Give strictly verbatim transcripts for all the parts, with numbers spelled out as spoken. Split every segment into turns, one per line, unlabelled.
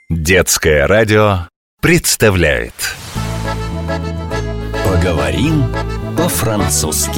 Детское радио представляет Поговорим по-французски.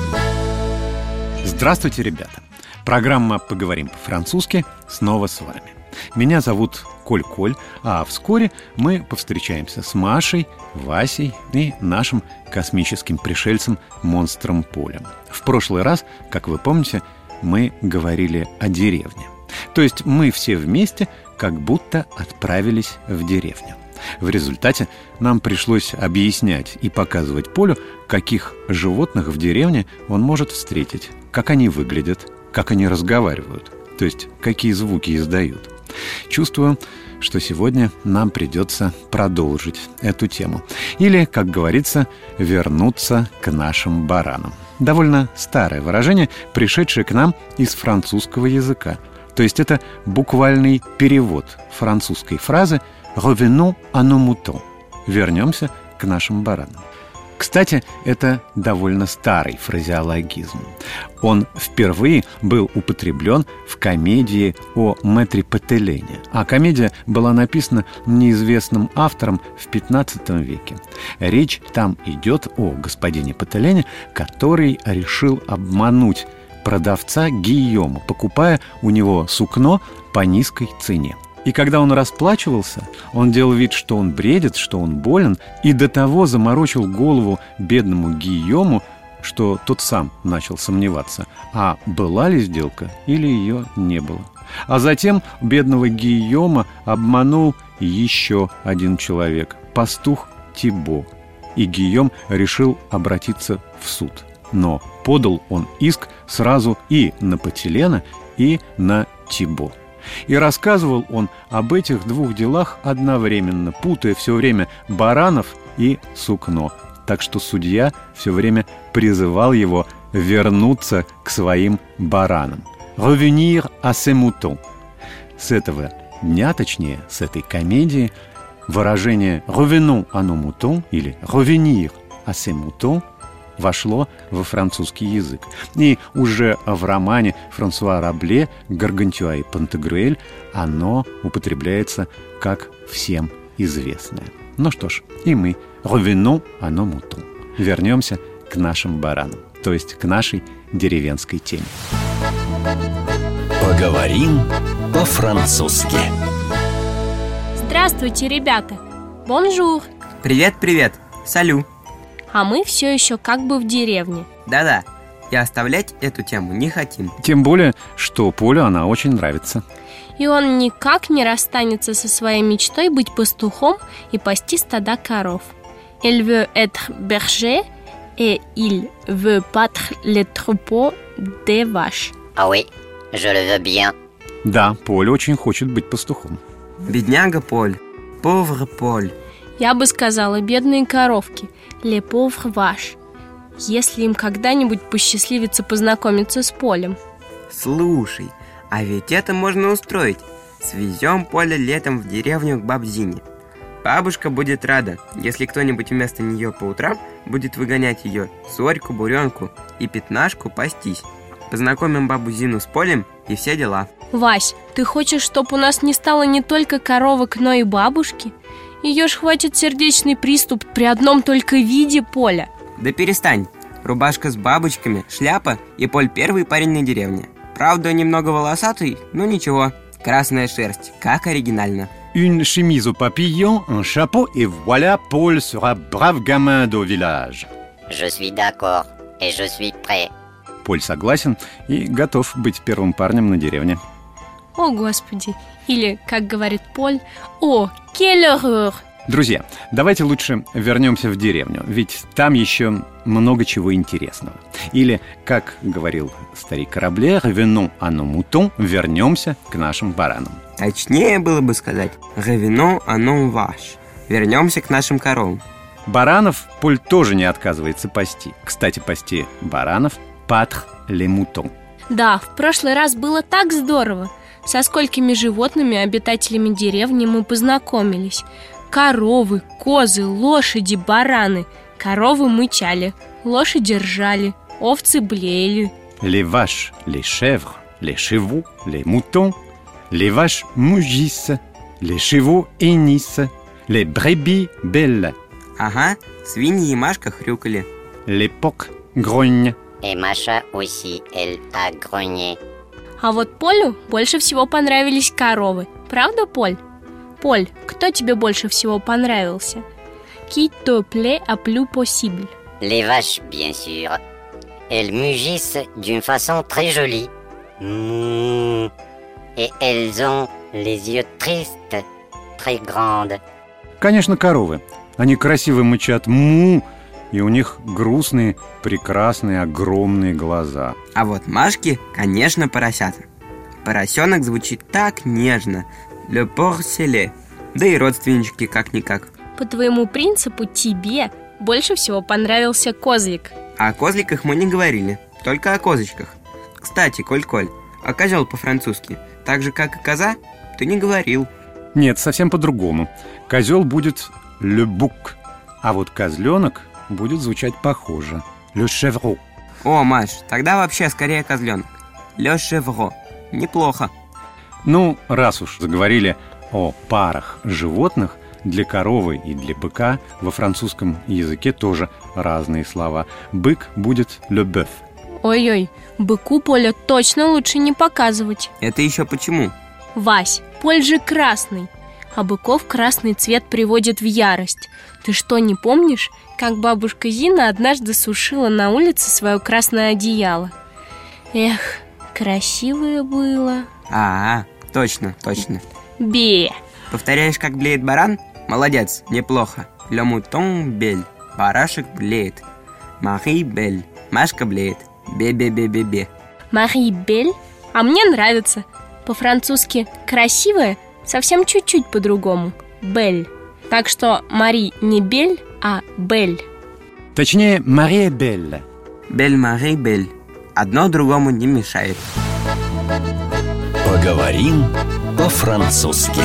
Здравствуйте, ребята! Программа «Поговорим по-французски» снова с вами. Меня зовут Коль-Коль, а вскоре мы повстречаемся с Машей, Васей и нашим космическим пришельцем монстром Полем. В прошлый раз, как вы помните, мы говорили о деревне. То есть мы все вместе как будто отправились в деревню. В результате нам пришлось объяснять и показывать Полю, каких животных в деревне он может встретить, как они выглядят, как они разговаривают, то есть какие звуки издают. Чувствую, что сегодня нам придется продолжить эту тему. Или, как говорится, вернуться к нашим баранам. Довольно старое выражение, пришедшее к нам из французского языка. То есть это буквальный перевод французской фразы «Revenons à nos moutons» – «Вернемся к нашим баранам». Кстати, это довольно старый фразеологизм. Он впервые был употреблен в комедии о Мэтре Пателене. А комедия была написана неизвестным автором в пятнадцатом веке. Речь там идет о господине Пателене, который решил обмануть продавца Гийома, покупая у него сукно по низкой цене. И когда он расплачивался, он делал вид, что он бредит, что он болен, и до того заморочил голову бедному Гийому, что тот сам начал сомневаться, а была ли сделка или ее не было. А затем бедного Гийома обманул еще один человек, пастух Тибо, и Гийом решил обратиться в суд. Но подал он иск сразу и на Пателена, и на Тибо. И рассказывал он об этих двух делах одновременно, путая все время баранов и сукно. Так что судья все время призывал его вернуться к своим баранам. «Revenir à ses moutons». С этого дня, точнее, с этой комедии, выражение «revenons à nos moutons» или «revenir à ses moutons» вошло во французский язык. И уже в романе Франсуа Рабле «Гаргантюа и Пантагрюэль» оно употребляется как всем известное. Ну что ж, и мы «revenons à nos moutons» – вернемся к нашим баранам, то есть к нашей деревенской теме.
Поговорим по-французски.
Здравствуйте, ребята! Бонжур!
Привет-привет! Салю!
А мы все еще как бы в деревне.
Да-да, и оставлять эту тему не хотим.
Тем более, что Полю она очень нравится.
И он никак не расстанется со своей мечтой быть пастухом и пасти стада коров. Il veut être berger et il veut battre les troupeaux des vaches.
Ah oui, je le veux bien.
Да, Поль очень хочет быть пастухом.
Бедняга Поль, pauvre Поль.
Я бы сказала, бедные коровки, les pauvres vaches, если им когда-нибудь посчастливится познакомиться с Полем.
Слушай, а ведь это можно устроить. Свезем Поля летом в деревню к бабе Зине. Бабушка будет рада, если кто-нибудь вместо нее по утрам будет выгонять ее Зорьку, Буренку и Пятнашку пастись. Познакомим бабу Зину с Полем и все дела.
Вась, ты хочешь, чтоб у нас не стало не только коровок, но и бабушки? Ее ж хватит сердечный приступ при одном только виде Поля.
Да перестань. Рубашка с бабочками, шляпа и Поль первый парень на деревне. Правда, немного волосатый, но ничего. Красная шерсть, как оригинально.
Une chemise au papillon, un chapeau, et voilà, Paul sera brave gamin de village.
Je suis d'accord, et je suis prêt.
Поль согласен и готов быть первым парнем на деревне.
О, Господи! Или, как говорит Поль, «О, quelle horreur!»
Друзья, давайте лучше вернемся в деревню, ведь там еще много чего интересного. Или, как говорил старик Рабле, «Revenons à nos moutons» – вернемся к нашим баранам.
Точнее было бы сказать «Revenons à nos vaches» – вернемся к нашим коровам.
Баранов Поль тоже не отказывается пасти. Кстати, пасти баранов – «paître les moutons».
Да, в прошлый раз было так здорово. Со сколькими животными, обитателями деревни мы познакомились. Коровы, козы, лошади, бараны. Коровы мычали, лошади ржали, овцы блеяли.
Les vaches, les chèvres, les chevaux, les moutons. Les vaches mugissent, les chevaux hennissent, les brebis bellent,
Ага, свиньи и Машка хрюкали.
les porcs grognent.
Et Macha aussi, elle a grogné.
А вот Полю больше всего понравились коровы. Правда, Поль? Поль, кто тебе больше всего понравился? Qui te plaît à plus possible?
Les vaches, bien sûr. Elles mugissent d'une façon très jolie. Mouh. Et elles ont les yeux tristes, très grandes.
Конечно, коровы. Они красиво мычат му, и у них грустные, прекрасные, огромные глаза.
А вот Машки, конечно, поросята. Поросенок звучит так нежно. Le porcelet. Да и родственнички как-никак.
По твоему принципу тебе больше всего понравился козлик.
А о козликах мы не говорили, только о козочках. Кстати, Коль-Коль, а козел по-французски, так же, как и коза, ты не говорил.
Нет, совсем по-другому. Козел будет le bouc, а вот козленок будет звучать похоже. Le chevreau.
О, Маш, тогда вообще скорее козленок. Le chevreau. Неплохо.
Ну, раз уж заговорили о парах животных, для коровы и для быка во французском языке тоже разные слова. Бык будет le bœuf.
Ой-ой, быку Поля точно лучше не показывать.
Это еще почему?
Вась, Поль же красный, а быков красный цвет приводит в ярость. Ты что, не помнишь, как бабушка Зина однажды сушила на улице свое красное одеяло? Эх, красивое было.
А, точно, точно.
Бе!
Повторяешь, как блеет баран? Молодец, неплохо. Le mouton belle. Барашек блеет. Мари бель. Машка блеет. Бе-бе-бе-бе-бе.
Мари Бель? А мне нравится. По-французски красивая совсем чуть-чуть по-другому. Бель. Так что Мари не Бель, а Бель.
Точнее, Мария Белла.
Бель-мари бель. Одно другому не мешает.
Поговорим по-французски.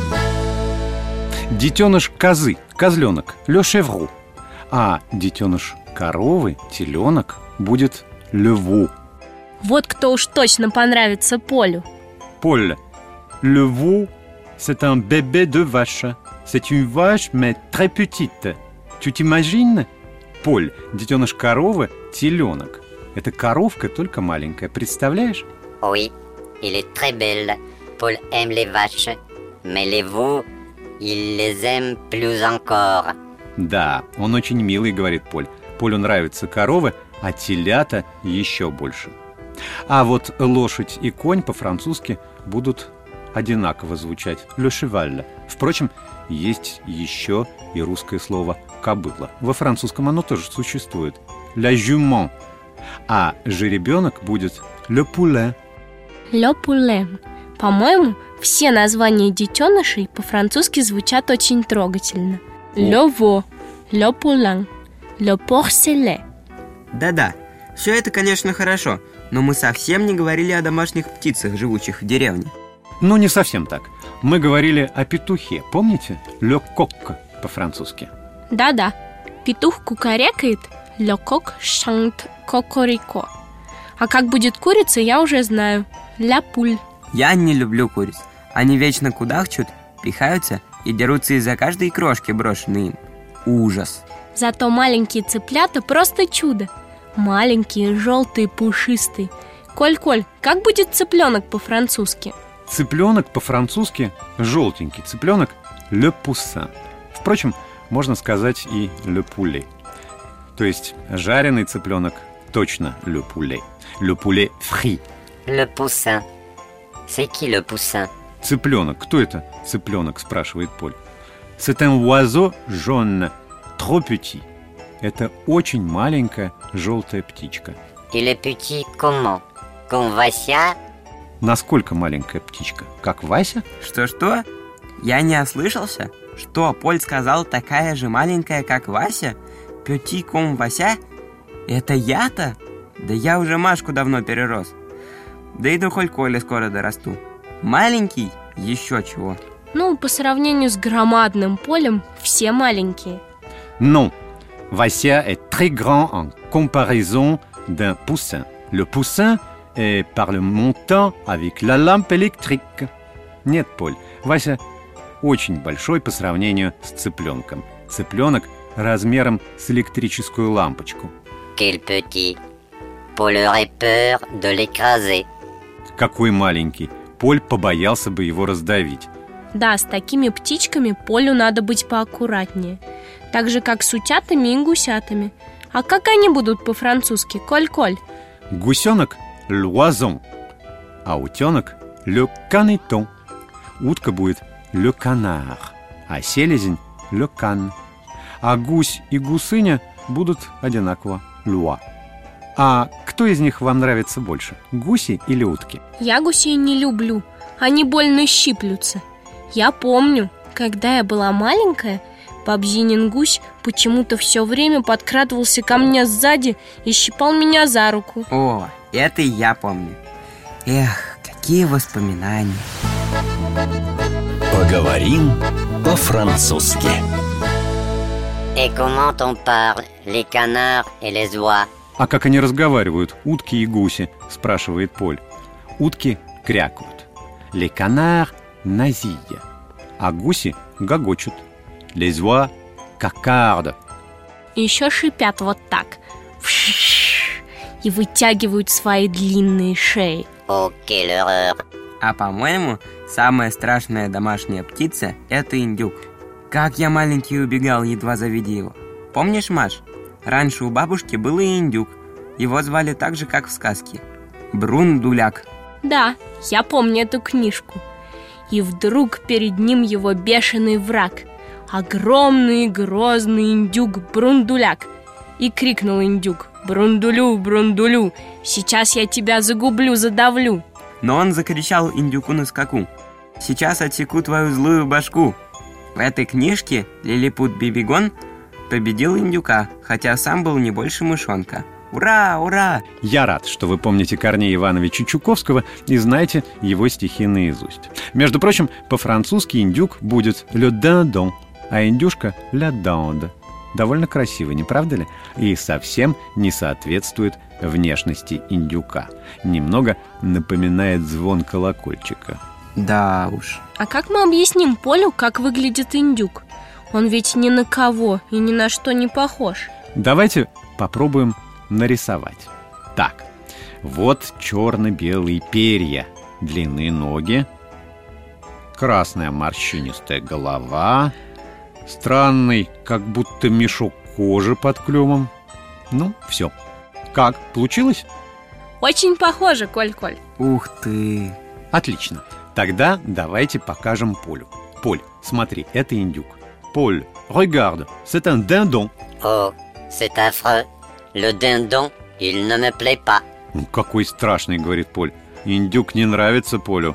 Детеныш козы, козленок, le chevreau. А детеныш коровы, теленок, будет le veau.
Вот кто уж точно понравится Полю.
Paul, le veau, c'est un bébé de vache. C'est une vache, mais très petite. Tu t'imagines? Поль, детеныш коровы, теленок. Это коровка, только маленькая, представляешь?
Oui, il est très belle. Paul aime les vaches, mais les veaux, il les aime plus encore.
Да, он очень милый, говорит Поль. Полю нравятся коровы, а телята еще больше. А вот лошадь и конь по-французски будут одинаково звучать. Le cheval. Впрочем, есть еще и русское слово кобыла. Во французском оно тоже существует. La jument. А жеребенок будет le poulet.
Le poulet. По-моему, все названия детенышей по-французски звучат очень трогательно. Le veau, le poulain, le porcelet.
Да-да, все это, конечно, хорошо, но мы совсем не говорили о домашних птицах, живущих в деревне.
Ну, не совсем так. Мы говорили о петухе, помните? Le coq по-французски.
Да-да, петух кукарекает, le coq chante cocorico. А как будет курица, я уже знаю. La poule.
Я не люблю куриц. Они вечно кудахчут, пихаются и дерутся из-за каждой крошки, брошенной им. Ужас.
Зато маленькие цыплята просто чудо. Маленькие, желтые, пушистые. Коль-Коль, как будет цыпленок по-французски?
Цыпленок по-французски желтенький. Цыпленок le poussin. Впрочем, можно сказать и le poulet. То есть жареный цыпленок точно le poulet. Le poulet frit.
Le poussin. C'est qui le poussin?
Цыпленок. Кто это цыпленок, спрашивает Поль. C'est un oiseau jaune, trop petit. Это очень маленькая желтая птичка.
Il est petit comment? Comme Vassia?
Насколько маленькая птичка? Как Вася?
Что-что? Я не ослышался? Что, Поль сказал, такая же маленькая, как Вася? Petit comme Вася? Это я-то? Да я уже Машку давно перерос. Да и до Коль-Коля скоро дорасту. Маленький? Еще чего.
Ну, по сравнению с громадным Полем, все маленькие.
Non. Вася est très grand en comparaison d'un poussin. Le poussin est par le montant avec la lampe électrique. Нет, Поль, Вася очень большой по сравнению с цыпленком. Цыпленок размером с электрическую лампочку.
Quel petit. Paul aurait peur de l'écraser.
Какой маленький. Поль побоялся бы его раздавить.
Да, с такими птичками Полю надо быть поаккуратнее. Так же, как с утятами и гусятами. А как они будут по-французски, Коль-Коль?
Гусенок – l'oison, а утенок – le caneton. Утка будет le canard, а селезень – le can. А гусь и гусыня будут одинаково – l'oie. А кто из них вам нравится больше, гуси или утки?
Я гусей не люблю, они больно щиплются. Я помню, когда я была маленькая, Бабзинин гусь почему-то все время подкрадывался ко мне сзади и щипал меня за руку.
О, это и я помню. Эх, какие воспоминания.
Поговорим по-французски.
Et comment on parle les canards et les oies?
А как они разговаривают, утки и гуси, спрашивает Поль. Утки крякают. Les canards nasillent, а гуси гогочут. Les oies cacardent.
И еще шипят вот так. Вш-ш-ш, и вытягивают свои длинные шеи.
Oh, quelle horreur!
А по-моему, самая страшная домашняя птица – это индюк. Как я маленький убегал, едва завидя его. Помнишь, Маш? Раньше у бабушки был и индюк. Его звали так же, как в сказке – Брундуляк.
Да, я помню эту книжку. И вдруг перед ним его бешеный враг – огромный грозный индюк Брундуляк. И крикнул индюк: «Брундулю, Брундулю, сейчас я тебя загублю, задавлю».
Но он закричал индюку на скаку: «Сейчас отсеку твою злую башку». В этой книжке Лилипут Бибигон победил индюка, хотя сам был не больше мышонка. Ура, ура!
Я рад, что вы помните Корнея Ивановича Чуковского и знаете его стихи наизусть. Между прочим, по-французски индюк будет le dindon, а индюшка la dinde. Довольно красиво, не правда ли? И совсем не соответствует внешности индюка. Немного напоминает звон колокольчика.
Да уж.
А как мы объясним Полю, как выглядит индюк? Он ведь ни на кого и ни на что не похож.
Давайте попробуем нарисовать. Так, вот черно-белые перья, длинные ноги, красная морщинистая голова, странный, как будто мешок кожи под клювом. Ну, все. Как, получилось?
Очень похоже, Коль-Коль.
Ух ты!
Отлично. Тогда давайте покажем Полю. Поль, смотри, это индюк. Поль, regarde, c'est un dindon.
Oh, c'est affreux. Le dindon, il ne me plaît pas.
Какой страшный, говорит Поль. Индюк не нравится Полю.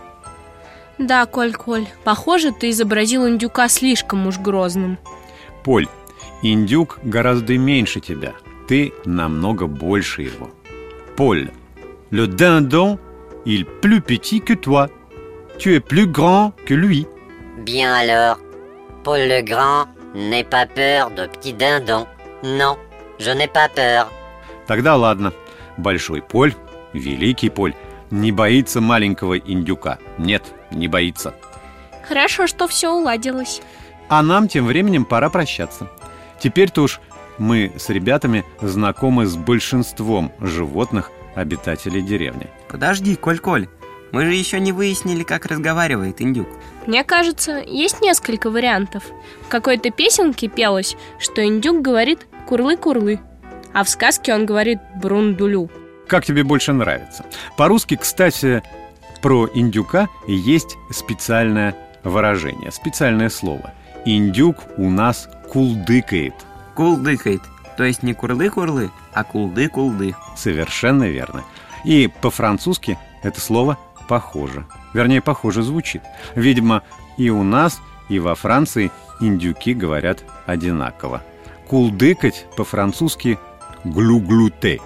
Да, Коль-Коль, похоже, ты изобразил индюка слишком уж грозным.
Поль, индюк гораздо меньше тебя. Ты намного больше его. Поль, le dindon, il est plus petit que toi. Tu es plus grand que lui.
Bien alors, Paul le Grand n'ait pas peur de petits dindons. Non, je n'ai pas peur.
Тогда ладно. Большой Поль, великий Поль, не боится маленького индюка. Нет, не боится.
Хорошо, что все уладилось.
А нам тем временем пора прощаться. Теперь-то уж мы с ребятами знакомы с большинством животных, обитателей деревни.
Подожди, Коль-Коль, мы же еще не выяснили, как разговаривает индюк.
Мне кажется, есть несколько вариантов. В какой-то песенке пелось, что индюк говорит «курлы-курлы», а в сказке он говорит «брундулю».
Как тебе больше нравится? По-русски, кстати, про индюка есть специальное выражение, специальное слово. Индюк у нас кулдыкает.
Кулдыкает, то есть не курлы-курлы, а кулды-кулды.
Совершенно верно. И по-французски это слово похоже. Вернее, похоже звучит. Видимо, и у нас, и во Франции индюки говорят одинаково. Кулдыкать по-французски глю-глюте,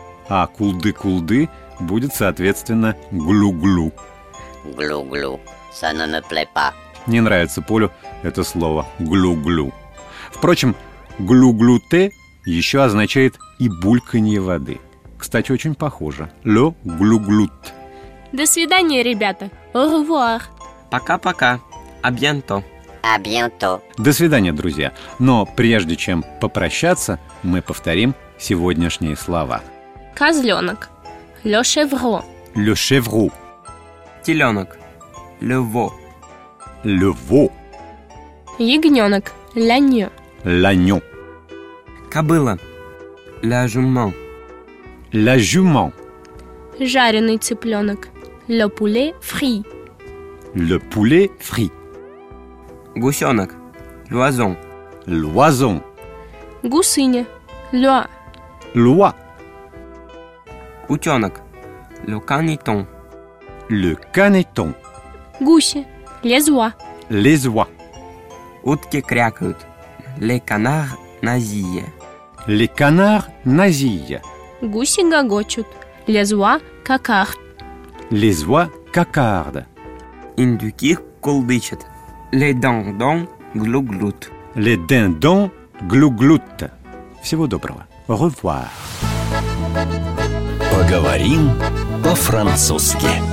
а кулды-кулды будет, соответственно, глю-глю.
Glou-glou, ça ne me plaît pas.
Не нравится Полю это слово глю-глю. Впрочем, глю-глюте еще означает и бульканье воды. Кстати, очень похоже. Le glou-glut.
До свидания, ребята. Au revoir.
Пока-пока. А bientôt.
À bientôt.
До свидания, друзья. Но прежде чем попрощаться, мы повторим сегодняшние слова.
Козленок. Le chevreau.
Le chevreau.
Теленок. Le veau.
Le veau.
Ягненок. L'agneau.
L'agneau.
Кобыла. La jument.
La jument.
Жареный цыпленок. Le poulet frit.
Le poulet frit.
Гусенок. L'oison.
L'oison.
Гусыня. L'oie.
L'oie.
Утенок. Le caneton.
Le caneton.
Гуси. Les oies.
Les oies.
Утки крякают. Les canards nasillent.
Les canards nasillent.
Гуси гогочут. Les oies cacarent.
Les oies cacardent.
Индюки кулдычат. Les dindons glouglют.
Les dindons glouglют. Всего доброго. Au revoir.
Поговорим по-французски.